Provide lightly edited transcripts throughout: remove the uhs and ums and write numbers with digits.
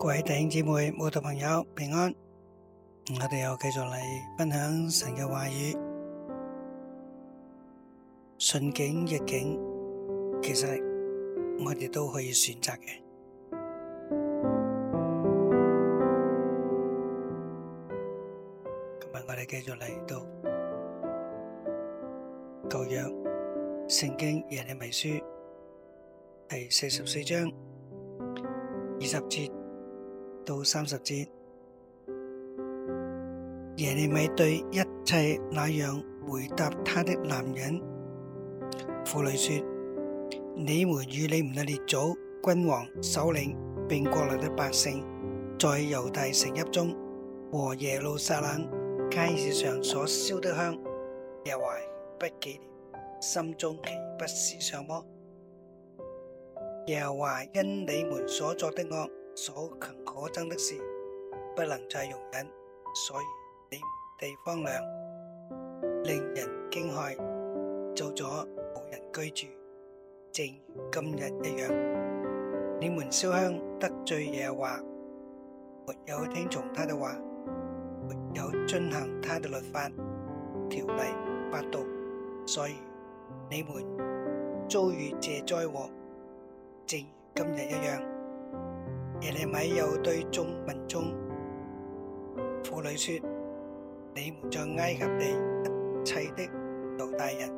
各位弟兄姊妹、慕道朋友平安，我哋又繼續嚟分享神嘅話語。順境逆境，其實我哋都可以選擇嘅。今日我哋繼續嚟到舊約聖經耶利米書第44章20節到30節。耶利米對一切那樣回答他的男人婦女說：你們與你們的列祖、君王、首領並國內的百姓，在猶大城邑中和耶路撒冷街市上所燒的香，耶和華不紀念，心中豈不思想麼？耶和華因你們所作的惡，所行可憎的事，不能再容忍，所以你們地荒涼，令人驚駭，做咗無人居住，正如今日一樣。你們燒香得罪耶和華，沒有聽從他的話，沒有遵行他的律法、條例、法度，所以你們遭遇這災禍，正如今日一樣。耶利米又對眾民眾婦女說：你們在埃及地一切的猶大人，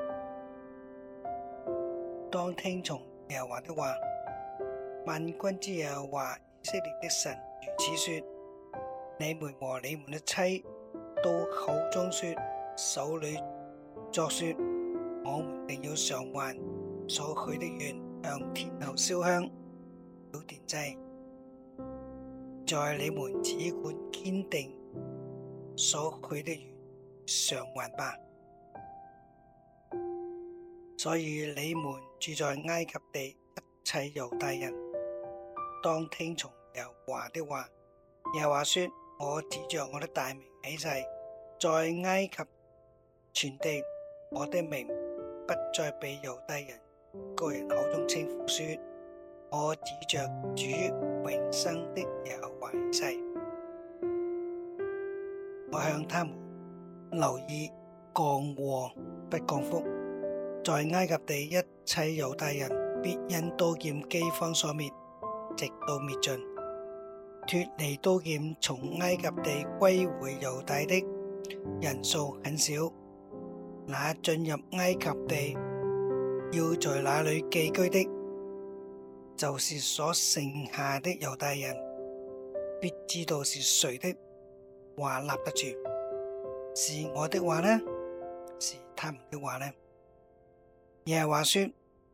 當聽從耶和華的話。萬軍之耶和華以色列的神如此說：你們和你們的妻都口中說，手裏作說，我們定要償還所許的願，向天后燒香繳奠祭，在你們只管堅定所許的願償還吧。所以你們住在埃及地一切猶大人，當聽從耶和華的話。耶和華說：我指着我的大名起誓，在埃及全地，我的名不再被猶大人個人口中稱呼，說：我指着主永生的耶和華起誓，我向他們留意降禍不降福。在埃及地一切猶大人必因刀劍饑荒所滅，直到滅盡。脫離刀劍從埃及地歸回猶大的人數很少，那進入埃及地要在那裏寄居的，就是所剩下的猶大人，必知道是誰的話立得住，是我的話呢，是他們的話呢？耶和華說：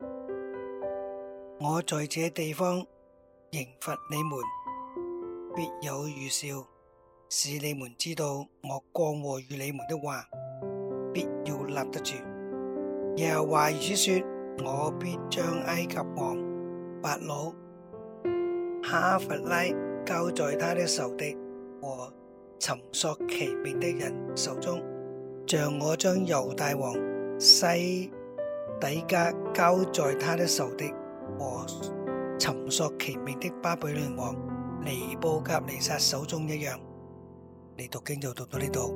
我在這地方刑罰你們，必有預兆，使你們知道我降禍與你們的話必要立得住。耶和華如此說：我必將埃及王法老哈弗拉交在他的仇敵和尋索其命的人手中，像我將猶大王西底家交在他的仇敵和尋索其命的巴比倫王尼布甲尼撒手中一樣。你讀經就讀到呢度。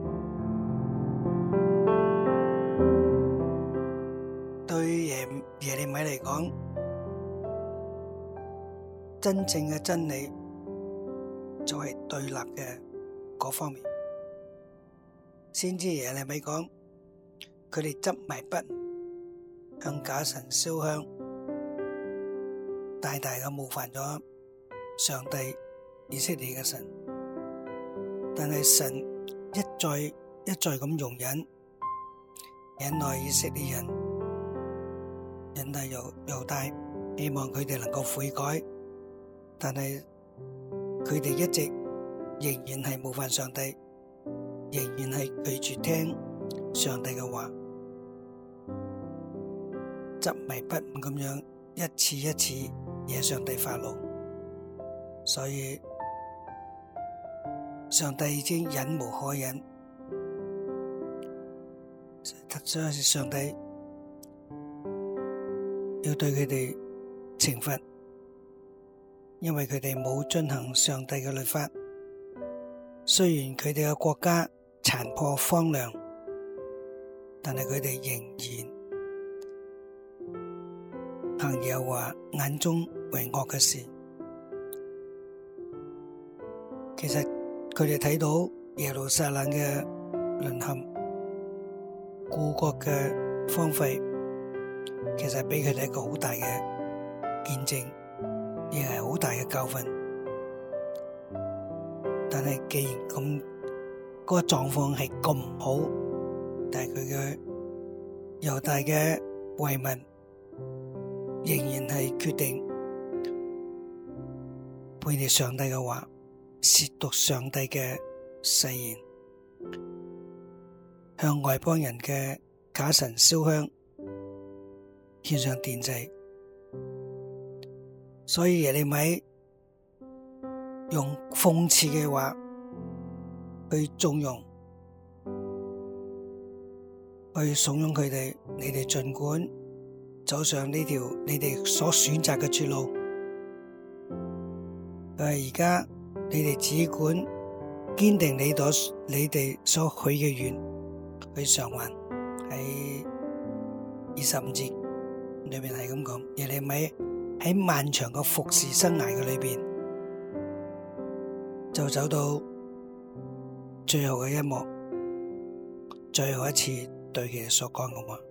對耶利米嚟講，真正嘅真理就係對立嘅嗰方面。先知耶利米講，佢哋執迷不悟，向假神燒香，大大嘅冒犯咗上帝以色列嘅神。但係神一再咁容忍耐以色列人，忍耐猶大，希望佢哋能夠悔改。但係佢哋一直仍然係冒犯上帝，仍然係拒絕聽上帝嘅話，執迷不悟咁樣一次一次惹上帝發怒。所以上帝已經忍無可忍，所以上帝要對佢哋懲罰。 因為佢哋冇遵行上帝嘅律法。雖然佢哋嘅國家殘破荒涼，但係佢哋仍然行耶和華眼中為惡嘅事。其實佢哋睇到耶路撒冷嘅淪陷、故國嘅荒廢，其實俾佢哋一個好大嘅見證，亦係好大嘅教訓。但係既然嗰個狀況係咁唔好，但係佢嘅猶大嘅遺民仍然係決定背離上帝嘅話，褻瀆上帝嘅誓言，向外邦人嘅假神燒香，獻上奠祭。所以耶利米用諷刺嘅話去縱容，去慫恿佢哋，你哋盡管走上呢條你哋所選擇嘅絕路，但係而家你哋只管堅定你哋所許嘅願去償還。喺25節裏面係咁講，耶利米喺漫長嘅服侍生涯嘅裏邊，就走到最後嘅一幕，最後一次對佢哋所講嘅話。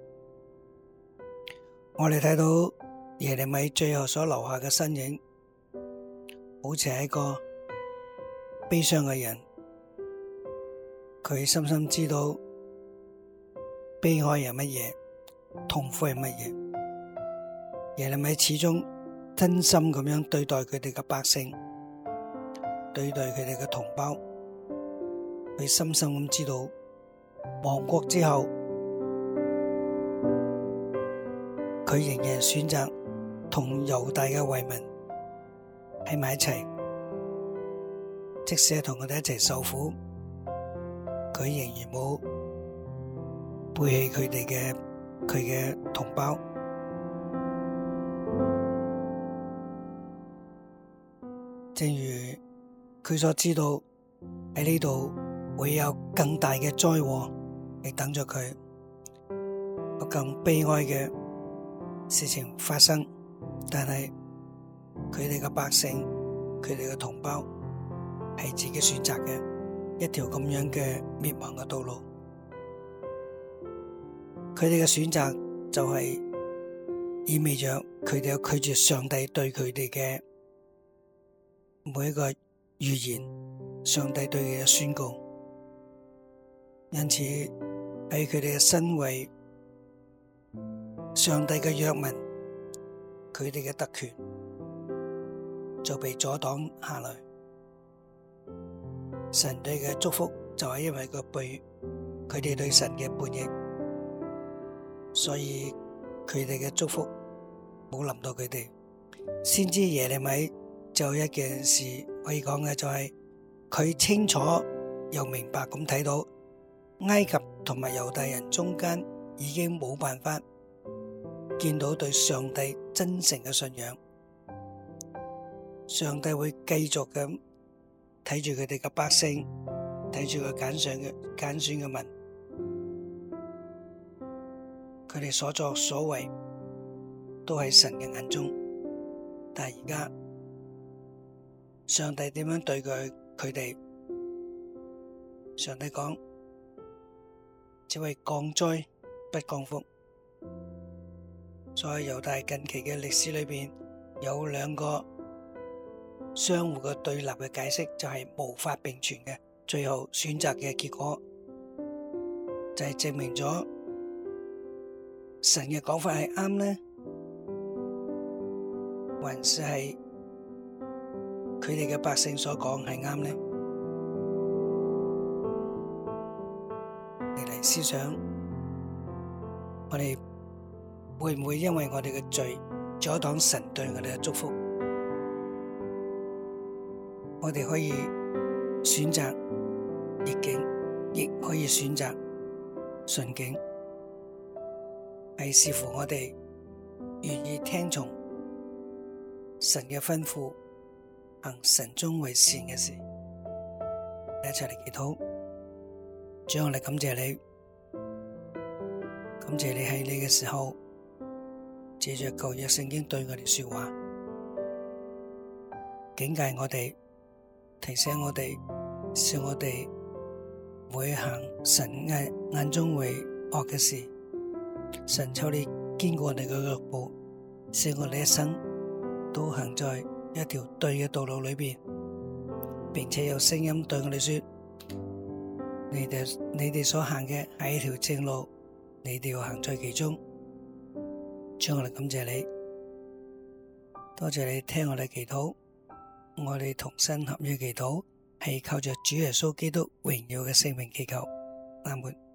我哋睇到耶利米最後所留下嘅身影，好似係一個悲傷嘅人，佢深深知道悲哀係乜嘢，痛苦係乜嘢。耶利米始終真心咁樣對待佢哋嘅百姓，對待佢哋嘅同胞，佢深深咁知道亡國之後，佢仍然選擇同猶大嘅遺民喺埋一齊，即使係同佢哋一齊受苦，佢仍然冇背棄佢嘅同胞。正如佢所知道喺呢度會有更大嘅災禍嚟等咗佢，有更悲哀嘅事情發生，但係佢哋嘅百姓，佢哋嘅同胞係自己選擇嘅一條咁樣嘅滅亡嘅道路。佢哋嘅選擇就係意味着佢哋有拒絕上帝對佢哋嘅每一個預言，上帝對佢嘅宣告。因此喺佢哋嘅身為上帝嘅約民，佢哋嘅特權就被阻擋下來。神對嘅祝福就係因為佢哋對神嘅叛逆，所以佢哋嘅祝福冇臨到佢哋。先知耶利米就一件事可以講嘅，就係佢清楚又明白咁睇到埃及同埋猶大人中間已經冇辦法見到對上帝真誠嘅信仰。上帝會繼續咁睇住佢哋嘅百姓，睇住佢揀選嘅民，佢哋所作所為都喺神嘅眼中。但係而家上帝點樣對佢哋？上帝講只會降災不降福。在猶大近期嘅歷史裏邊，有兩個相互嘅對立嘅解釋，就係無法並存嘅。最後選擇嘅結果就係證明咗神嘅講法係啱呢，還是係佢哋嘅百姓所講係啱呢？你嚟思想，我哋會唔會因為我哋嘅罪阻擋神對我哋嘅祝福？我哋可以選擇逆境，亦可以選擇順境，係視乎我哋願意聽從神嘅吩咐， 行神中為善嘅事。一齊嚟祈禱。主，我哋感謝你，感謝你喺你嘅時候借着舊約聖經對我哋說話，警戒我哋，提醒我哋，使我哋唔會行神眼中為惡嘅事。神求你堅固我哋嘅腳步，使我哋一生都行在一條對嘅道路裏邊，並且有聲音對我哋說：你哋所行嘅係一條正路，你哋要行在其中。主，我哋感謝你，多謝你聽我哋祈禱，我哋同心合意祈禱，係靠着主耶穌基督榮耀嘅聖名祈求。阿門。